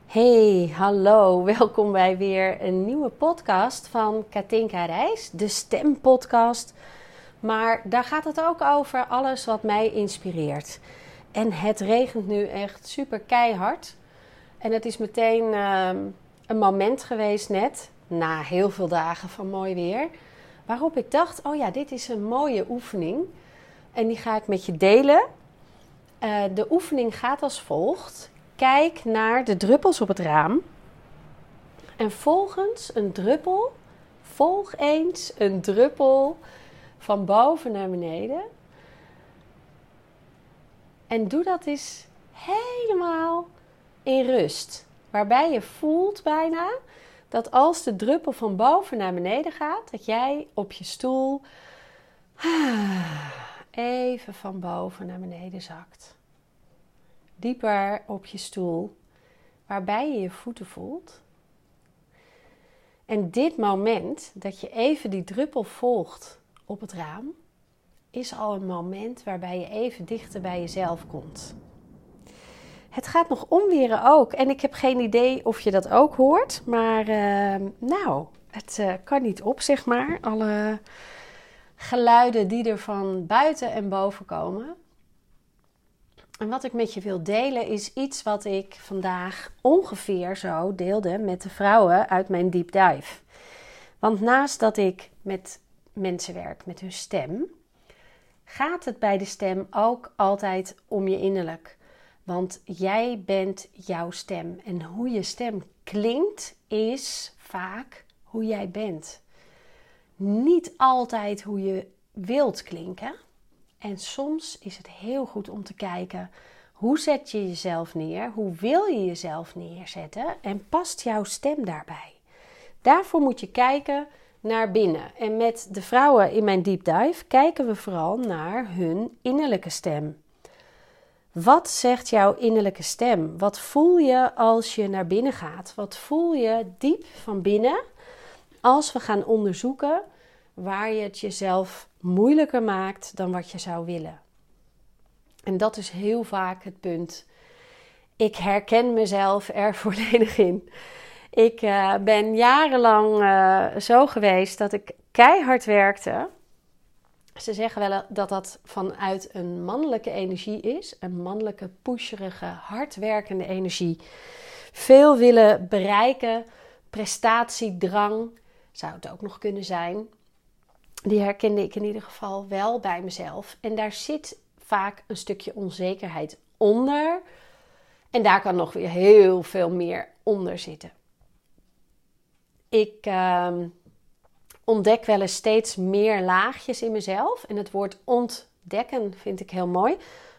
Hey, hallo, welkom bij weer een nieuwe podcast van Katinka Reis, de stempodcast. Maar daar gaat het ook over alles wat mij inspireert. En het regent nu echt super keihard. En het is meteen een moment geweest net, na heel veel dagen van mooi weer, waarop ik dacht, oh ja, dit is een mooie oefening. En die ga ik met je delen. De oefening gaat als volgt. Kijk naar de druppels op het raam. En volg eens een druppel van boven naar beneden. En doe dat eens helemaal in rust. Waarbij je voelt bijna dat als de druppel van boven naar beneden gaat, dat jij op je stoel even van boven naar beneden zakt. Dieper op je stoel, waarbij je je voeten voelt. En dit moment dat je even die druppel volgt op het raam, is al een moment waarbij je even dichter bij jezelf komt. Het gaat nog omweren ook. En ik heb geen idee of je dat ook hoort. Maar het kan niet op, zeg maar. Alle geluiden die er van buiten en boven komen. En wat ik met je wil delen is iets wat ik vandaag ongeveer zo deelde met de vrouwen uit mijn deep dive. Want naast dat ik met mensen werk met hun stem, gaat het bij de stem ook altijd om je innerlijk. Want jij bent jouw stem. En hoe je stem klinkt is vaak hoe jij bent. Niet altijd hoe je wilt klinken. En soms is het heel goed om te kijken, hoe zet je jezelf neer? Hoe wil je jezelf neerzetten? En past jouw stem daarbij? Daarvoor moet je kijken naar binnen. En met de vrouwen in mijn deep dive kijken we vooral naar hun innerlijke stem. Wat zegt jouw innerlijke stem? Wat voel je als je naar binnen gaat? Wat voel je diep van binnen als we gaan onderzoeken waar je het jezelf moeilijker maakt dan wat je zou willen? En dat is heel vaak het punt. Ik herken mezelf er volledig in. Ik ben jarenlang zo geweest dat ik keihard werkte. Ze zeggen wel dat dat vanuit een mannelijke energie is. Een mannelijke, pusherige, hardwerkende energie. Veel willen bereiken, prestatiedrang zou het ook nog kunnen zijn. Die herkende ik in ieder geval wel bij mezelf. En daar zit vaak een stukje onzekerheid onder. En daar kan nog weer heel veel meer onder zitten. Ik ontdek wel eens steeds meer laagjes in mezelf. En het woord ontdekken vind ik heel mooi.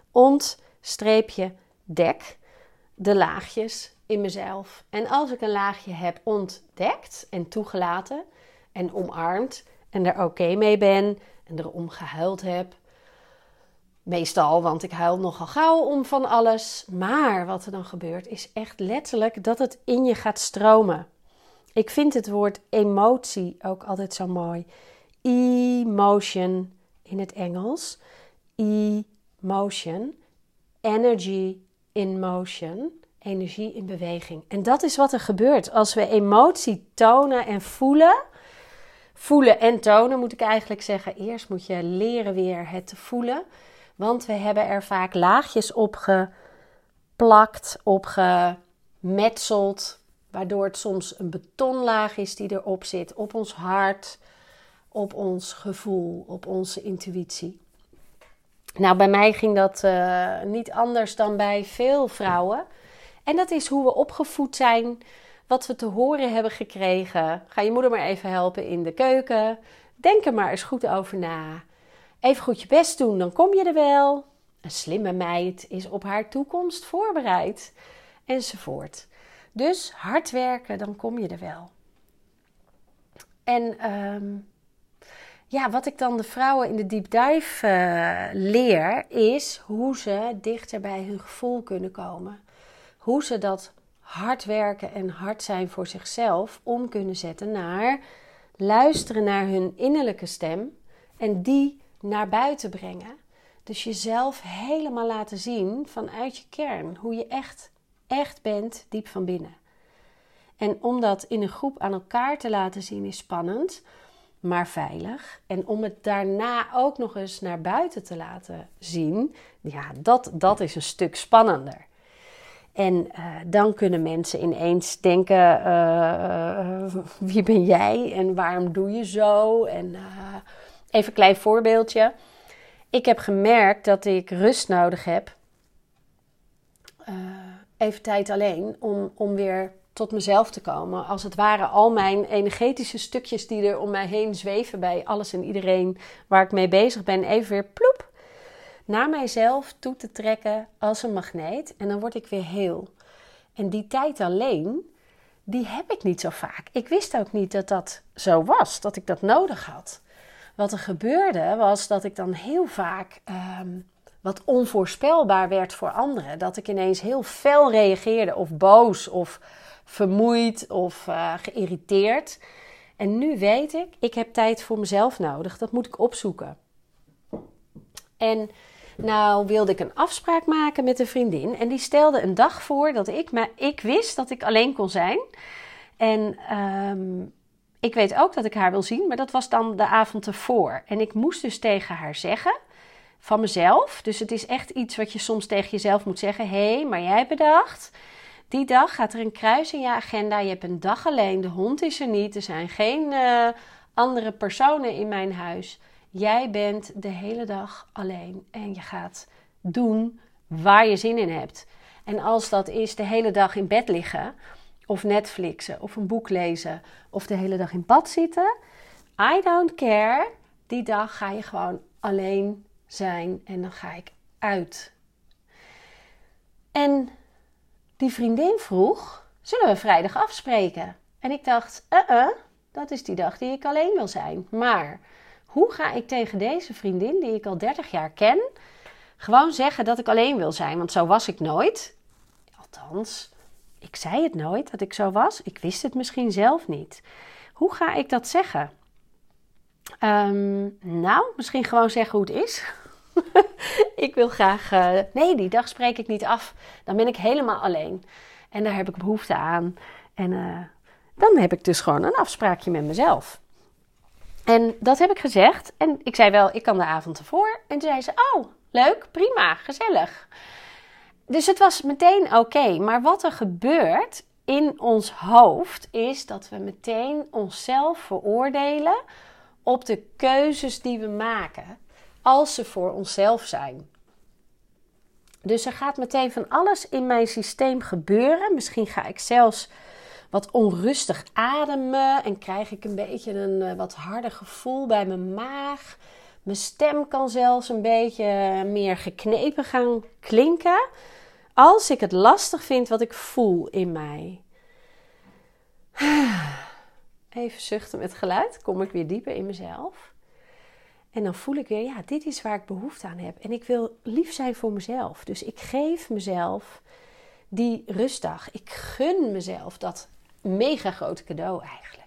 Ont-dek, de laagjes in mezelf. En als ik een laagje heb ontdekt en toegelaten en omarmd en er oké mee ben en erom gehuild heb. Meestal, want ik huil nogal gauw om van alles. Maar wat er dan gebeurt is echt letterlijk dat het in je gaat stromen. Ik vind het woord emotie ook altijd zo mooi. Emotion in het Engels. Emotion. Energy in motion. Energie in beweging. En dat is wat er gebeurt als we emotie tonen en voelen. Voelen en tonen moet ik eigenlijk zeggen. Eerst moet je leren weer het te voelen. Want we hebben er vaak laagjes op geplakt, op gemetseld. Waardoor het soms een betonlaag is die erop zit. Op ons hart, op ons gevoel, op onze intuïtie. Nou, bij mij ging dat niet anders dan bij veel vrouwen. En dat is hoe we opgevoed zijn. Wat we te horen hebben gekregen. Ga je moeder maar even helpen in de keuken. Denk er maar eens goed over na. Even goed je best doen, dan kom je er wel. Een slimme meid is op haar toekomst voorbereid. Enzovoort. Dus hard werken, dan kom je er wel. En wat ik dan de vrouwen in de deep dive leer, is hoe ze dichter bij hun gevoel kunnen komen. Hoe ze dat hard werken en hard zijn voor zichzelf om kunnen zetten naar luisteren naar hun innerlijke stem en die naar buiten brengen. Dus jezelf helemaal laten zien vanuit je kern. Hoe je echt bent diep van binnen. En om dat in een groep aan elkaar te laten zien is spannend, maar veilig. En om het daarna ook nog eens naar buiten te laten zien, ja, dat is een stuk spannender. En dan kunnen mensen ineens denken, wie ben jij en waarom doe je zo? En even een klein voorbeeldje. Ik heb gemerkt dat ik rust nodig heb, even tijd alleen, om weer tot mezelf te komen. Als het ware al mijn energetische stukjes die er om mij heen zweven bij alles en iedereen waar ik mee bezig ben, even weer ploep naar mijzelf toe te trekken als een magneet. En dan word ik weer heel. En die tijd alleen, die heb ik niet zo vaak. Ik wist ook niet dat dat zo was, dat ik dat nodig had. Wat er gebeurde was dat ik dan heel vaak wat onvoorspelbaar werd voor anderen. Dat ik ineens heel fel reageerde of boos of vermoeid of geïrriteerd. En nu weet ik heb tijd voor mezelf nodig. Dat moet ik opzoeken. En nou wilde ik een afspraak maken met een vriendin. En die stelde een dag voor dat ik wist dat ik alleen kon zijn. En ik weet ook dat ik haar wil zien, maar dat was dan de avond ervoor. En ik moest dus tegen haar zeggen, van mezelf. Dus het is echt iets wat je soms tegen jezelf moet zeggen. Hé, maar jij hebt bedacht, die dag gaat er een kruis in je agenda. Je hebt een dag alleen, de hond is er niet. Er zijn geen andere personen in mijn huis. Jij bent de hele dag alleen en je gaat doen waar je zin in hebt. En als dat is de hele dag in bed liggen, of Netflixen, of een boek lezen, of de hele dag in bad zitten, I don't care. Die dag ga je gewoon alleen zijn en dan ga ik uit. En die vriendin vroeg, zullen we vrijdag afspreken? En ik dacht, dat is die dag die ik alleen wil zijn. Maar hoe ga ik tegen deze vriendin, die ik al 30 jaar ken, gewoon zeggen dat ik alleen wil zijn? Want zo was ik nooit. Althans, ik zei het nooit dat ik zo was. Ik wist het misschien zelf niet. Hoe ga ik dat zeggen? Nou, misschien gewoon zeggen hoe het is. Ik wil graag... nee, die dag spreek ik niet af. Dan ben ik helemaal alleen. En daar heb ik behoefte aan. En dan heb ik dus gewoon een afspraakje met mezelf. En dat heb ik gezegd. En ik zei wel, ik kan de avond ervoor. En toen zei ze, oh, leuk, prima, gezellig. Dus het was meteen oké. Maar wat er gebeurt in ons hoofd is dat we meteen onszelf veroordelen op de keuzes die we maken als ze voor onszelf zijn. Dus er gaat meteen van alles in mijn systeem gebeuren. Misschien ga ik zelfs wat onrustig ademen en krijg ik een beetje een wat harder gevoel bij mijn maag. Mijn stem kan zelfs een beetje meer geknepen gaan klinken als ik het lastig vind wat ik voel in mij. Even zuchten met geluid, kom ik weer dieper in mezelf. En dan voel ik weer, ja, dit is waar ik behoefte aan heb. En ik wil lief zijn voor mezelf. Dus ik geef mezelf die rustdag. Ik gun mezelf dat mega grote cadeau eigenlijk.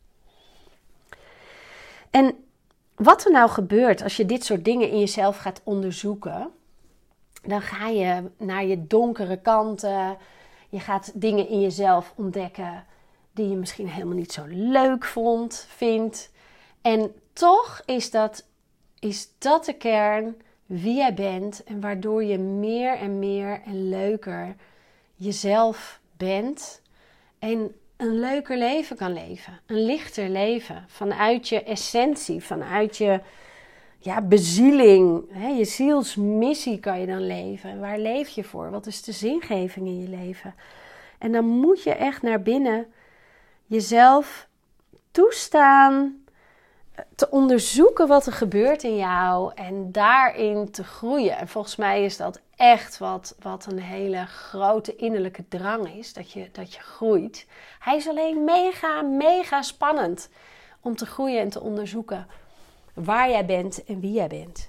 En wat er nou gebeurt als je dit soort dingen in jezelf gaat onderzoeken, dan ga je naar je donkere kanten. Je gaat dingen in jezelf ontdekken die je misschien helemaal niet zo leuk vindt. En toch is dat de kern wie jij bent en waardoor je meer en leuker jezelf bent en een leuker leven kan leven. Een lichter leven vanuit je essentie, vanuit je bezieling. Je zielsmissie kan je dan leven. En waar leef je voor? Wat is de zingeving in je leven? En dan moet je echt naar binnen jezelf toestaan te onderzoeken wat er gebeurt in jou en daarin te groeien. En volgens mij is dat echt wat een hele grote innerlijke drang is, dat je groeit. Hij is alleen mega spannend om te groeien en te onderzoeken waar jij bent en wie jij bent.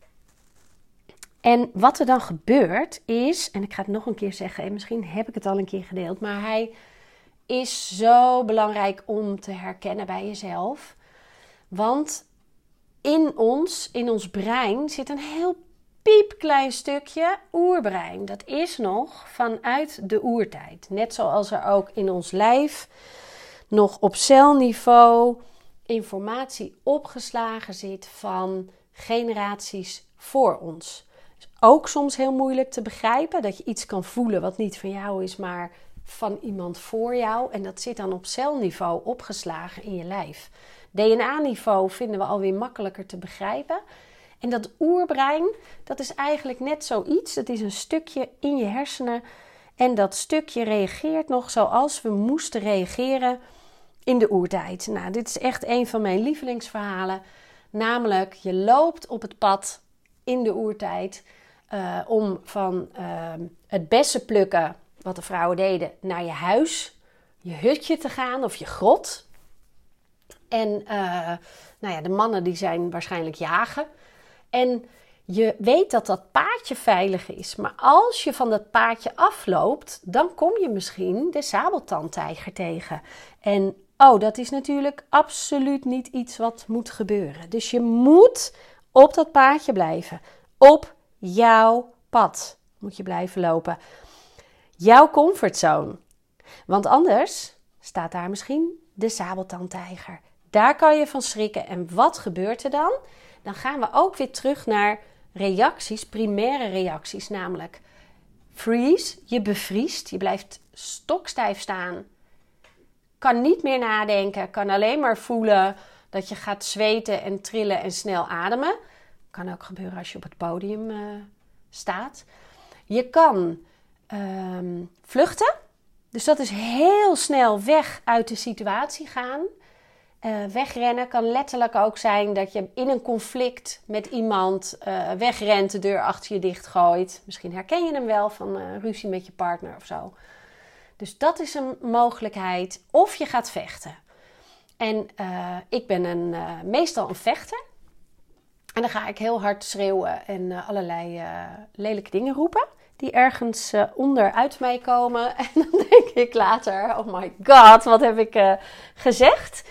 En wat er dan gebeurt is, en ik ga het nog een keer zeggen, en misschien heb ik het al een keer gedeeld, maar hij is zo belangrijk om te herkennen bij jezelf. Want in ons brein zit een heel piepklein stukje oerbrein. Dat is nog vanuit de oertijd. Net zoals er ook in ons lijf nog op celniveau informatie opgeslagen zit van generaties voor ons. Is ook soms heel moeilijk te begrijpen dat je iets kan voelen wat niet van jou is, maar van iemand voor jou. En dat zit dan op celniveau opgeslagen in je lijf. DNA-niveau vinden we alweer makkelijker te begrijpen. En dat oerbrein, dat is eigenlijk net zoiets. Dat is een stukje in je hersenen. En dat stukje reageert nog zoals we moesten reageren in de oertijd. Nou, dit is echt een van mijn lievelingsverhalen. Namelijk, je loopt op het pad in de oertijd om van het bessen plukken, wat de vrouwen deden, naar je huis, je hutje te gaan of je grot. En de mannen die zijn waarschijnlijk jagen. En je weet dat dat paadje veilig is. Maar als je van dat paadje afloopt, dan kom je misschien de sabeltandtijger tegen. En dat is natuurlijk absoluut niet iets wat moet gebeuren. Dus je moet op dat paadje blijven. Op jouw pad moet je blijven lopen. Jouw comfortzone. Want anders staat daar misschien de sabeltandtijger. Daar kan je van schrikken. En wat gebeurt er dan? Dan gaan we ook weer terug naar reacties, primaire reacties. Namelijk freeze, je bevriest, je blijft stokstijf staan. Kan niet meer nadenken, kan alleen maar voelen dat je gaat zweten en trillen en snel ademen. Kan ook gebeuren als je op het podium staat. Je kan vluchten. Dus dat is heel snel weg uit de situatie gaan. Wegrennen kan letterlijk ook zijn dat je in een conflict met iemand wegrent, de deur achter je dichtgooit. Misschien herken je hem wel van ruzie met je partner of zo. Dus dat is een mogelijkheid. Of je gaat vechten. En ik ben meestal een vechter. En dan ga ik heel hard schreeuwen en allerlei lelijke dingen roepen. Die ergens onder uit mij komen. En dan denk ik later, oh my god, wat heb ik gezegd?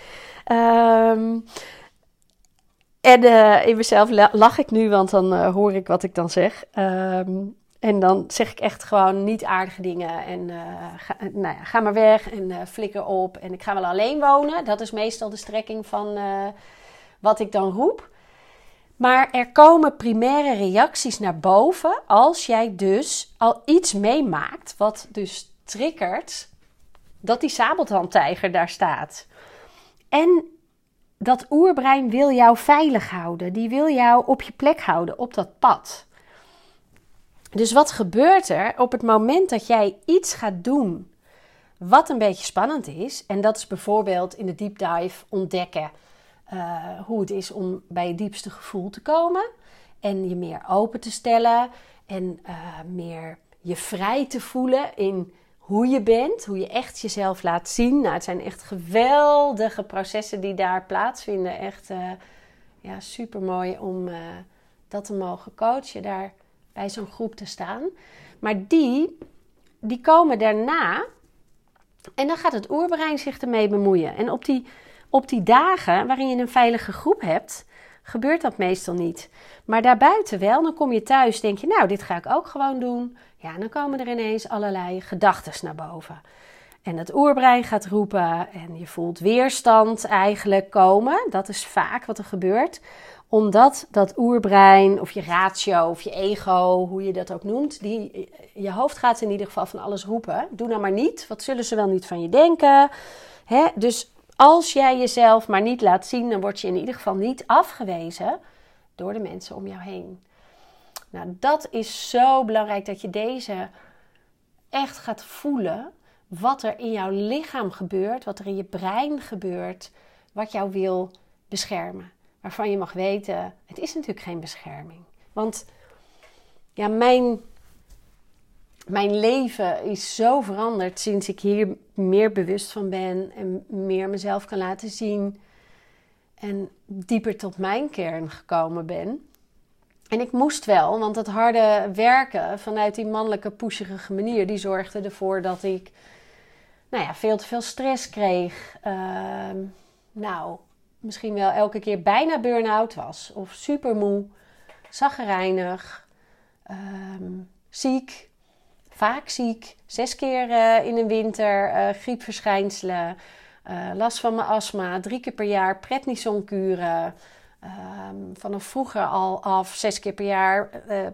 In mezelf lach ik nu, want dan hoor ik wat ik dan zeg. En dan zeg ik echt gewoon niet aardige dingen. En ga maar weg en flikker op. En ik ga wel alleen wonen. Dat is meestal de strekking van wat ik dan roep. Maar er komen primaire reacties naar boven als jij dus al iets meemaakt wat dus triggert dat die sabeltandtijger daar staat. En dat oerbrein wil jou veilig houden. Die wil jou op je plek houden, op dat pad. Dus wat gebeurt er op het moment dat jij iets gaat doen wat een beetje spannend is? En dat is bijvoorbeeld in de deep dive ontdekken hoe het is om bij je diepste gevoel te komen. En je meer open te stellen en meer je vrij te voelen in hoe je bent, hoe je echt jezelf laat zien. Nou, het zijn echt geweldige processen die daar plaatsvinden. Echt super mooi om dat te mogen coachen, daar bij zo'n groep te staan. Maar die komen daarna en dan gaat het oerbrein zich ermee bemoeien. En op die dagen waarin je een veilige groep hebt, gebeurt dat meestal niet. Maar daarbuiten wel, dan kom je thuis, denk je, nou, dit ga ik ook gewoon doen. Ja, en dan komen er ineens allerlei gedachten naar boven. En het oerbrein gaat roepen en je voelt weerstand eigenlijk komen. Dat is vaak wat er gebeurt. Omdat dat oerbrein of je ratio of je ego, hoe je dat ook noemt, je hoofd gaat in ieder geval van alles roepen. Doe nou maar niet, wat zullen ze wel niet van je denken? Dus als jij jezelf maar niet laat zien, dan word je in ieder geval niet afgewezen door de mensen om jou heen. Nou, dat is zo belangrijk dat je deze echt gaat voelen. Wat er in jouw lichaam gebeurt, wat er in je brein gebeurt, wat jou wil beschermen. Waarvan je mag weten, het is natuurlijk geen bescherming. Want ja, mijn leven is zo veranderd sinds ik hier meer bewust van ben en meer mezelf kan laten zien en dieper tot mijn kern gekomen ben. En ik moest wel, want dat harde werken vanuit die mannelijke pusherige manier, die zorgde ervoor dat ik veel te veel stress kreeg. Misschien wel elke keer bijna burn-out was. Of super moe, chagrijnig. ziek, vaak ziek, 6 keer in een winter, griepverschijnselen, last van mijn astma, 3 keer per jaar prednisonkuren. Vanaf vroeger al af 6 keer per jaar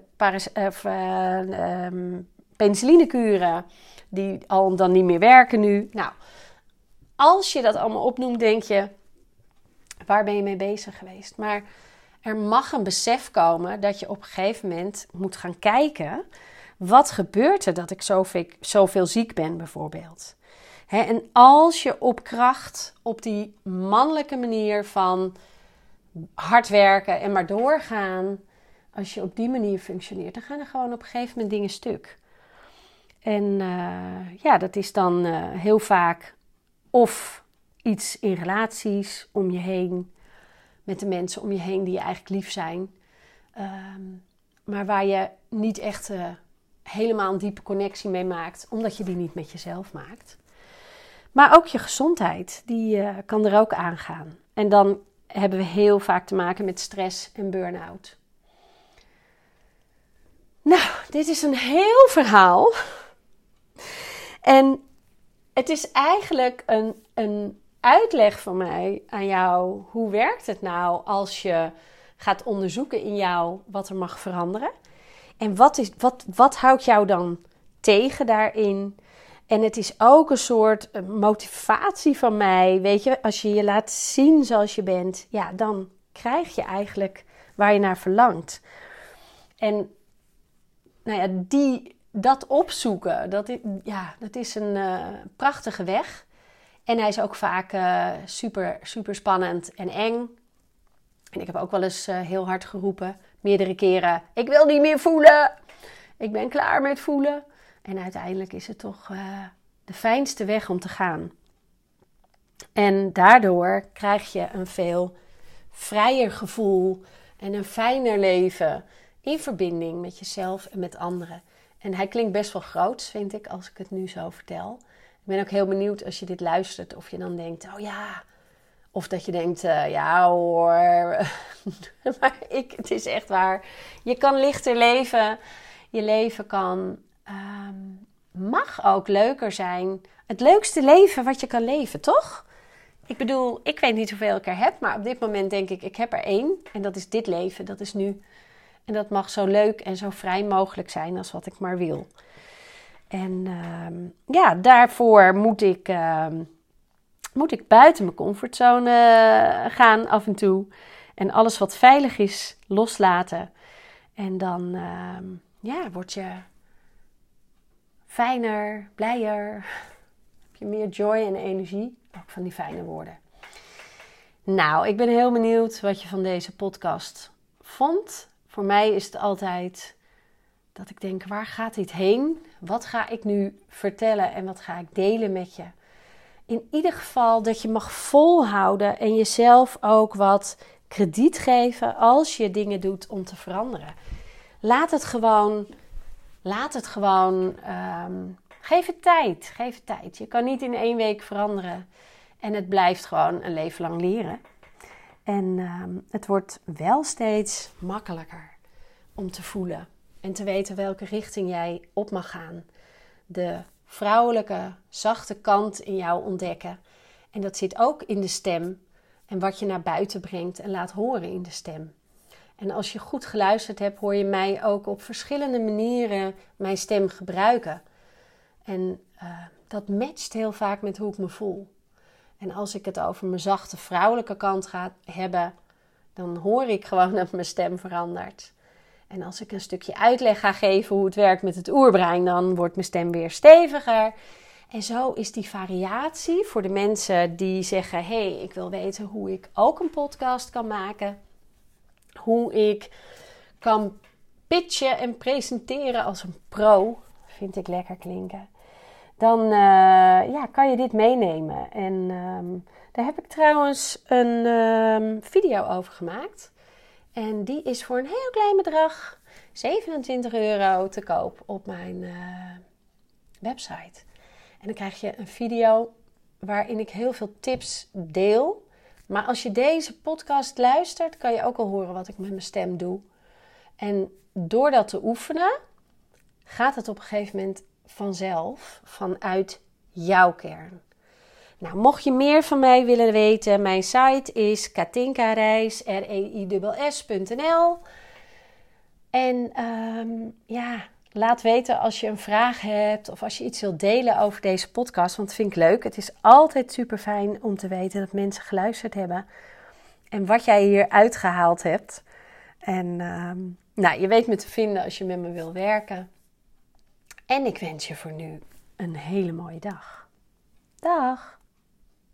penicillinekuren, die al dan niet meer werken nu. Nou, als je dat allemaal opnoemt, denk je, waar ben je mee bezig geweest? Maar er mag een besef komen dat je op een gegeven moment moet gaan kijken, wat gebeurt er dat ik zoveel ziek ben bijvoorbeeld? En als je op kracht, op die mannelijke manier van hard werken en maar doorgaan, als je op die manier functioneert, dan gaan er gewoon op een gegeven moment dingen stuk. En dat is dan heel vaak of iets in relaties om je heen, met de mensen om je heen die je eigenlijk lief zijn, maar waar je niet echt helemaal een diepe connectie mee maakt, omdat je die niet met jezelf maakt. Maar ook je gezondheid, die kan er ook aangaan. En dan hebben we heel vaak te maken met stress en burn-out. Nou, dit is een heel verhaal. En het is eigenlijk een uitleg van mij aan jou. Hoe werkt het nou als je gaat onderzoeken in jou wat er mag veranderen? En wat houdt jou dan tegen daarin? En het is ook een soort motivatie van mij. Weet je, als je je laat zien zoals je bent, ja, dan krijg je eigenlijk waar je naar verlangt. En nou ja, dat opzoeken, dat is een prachtige weg. En hij is ook vaak super, super spannend en eng. En ik heb ook wel eens heel hard geroepen, meerdere keren, ik wil niet meer voelen. Ik ben klaar met voelen. En uiteindelijk is het toch de fijnste weg om te gaan. En daardoor krijg je een veel vrijer gevoel en een fijner leven in verbinding met jezelf en met anderen. En hij klinkt best wel groots, vind ik, als ik het nu zo vertel. Ik ben ook heel benieuwd als je dit luistert of je dan denkt, oh ja. Of dat je denkt, ja hoor. Maar het is echt waar. Je kan lichter leven. Je leven mag ook leuker zijn. Het leukste leven wat je kan leven, toch? Ik bedoel, ik weet niet hoeveel ik er heb. Maar op dit moment denk ik heb er 1. En dat is dit leven, dat is nu. En dat mag zo leuk en zo vrij mogelijk zijn als wat ik maar wil. En daarvoor moet ik buiten mijn comfortzone gaan af en toe. En alles wat veilig is, loslaten. En dan word je fijner, blijer. Heb je meer joy en energie. Ook van die fijne woorden. Nou, ik ben heel benieuwd wat je van deze podcast vond. Voor mij is het altijd dat ik denk, waar gaat dit heen? Wat ga ik nu vertellen en wat ga ik delen met je? In ieder geval dat je mag volhouden en jezelf ook wat krediet geven als je dingen doet om te veranderen. Laat het gewoon. Geef het tijd. Je kan niet in 1 week veranderen. En het blijft gewoon een leven lang leren. En het wordt wel steeds makkelijker om te voelen. En te weten welke richting jij op mag gaan. De vrouwelijke, zachte kant in jou ontdekken. En dat zit ook in de stem. En wat je naar buiten brengt en laat horen in de stem. En als je goed geluisterd hebt, hoor je mij ook op verschillende manieren mijn stem gebruiken. En dat matcht heel vaak met hoe ik me voel. En als ik het over mijn zachte vrouwelijke kant ga hebben, dan hoor ik gewoon dat mijn stem verandert. En als ik een stukje uitleg ga geven hoe het werkt met het oerbrein, dan wordt mijn stem weer steviger. En zo is die variatie voor de mensen die zeggen, hey, ik wil weten hoe ik ook een podcast kan maken. Hoe ik kan pitchen en presenteren als een pro. Vind ik lekker klinken. Dan kan je dit meenemen. En daar heb ik trouwens een video over gemaakt. En die is voor een heel klein bedrag, €27 te koop op mijn website. En dan krijg je een video waarin ik heel veel tips deel. Maar als je deze podcast luistert, kan je ook al horen wat ik met mijn stem doe. En door dat te oefenen, gaat het op een gegeven moment vanzelf vanuit jouw kern. Nou, mocht je meer van mij willen weten, mijn site is katinkareis.nl. En laat weten als je een vraag hebt of als je iets wilt delen over deze podcast. Want dat vind ik leuk. Het is altijd super fijn om te weten dat mensen geluisterd hebben. En wat jij hier uitgehaald hebt. En je weet me te vinden als je met me wil werken. En ik wens je voor nu een hele mooie dag. Dag!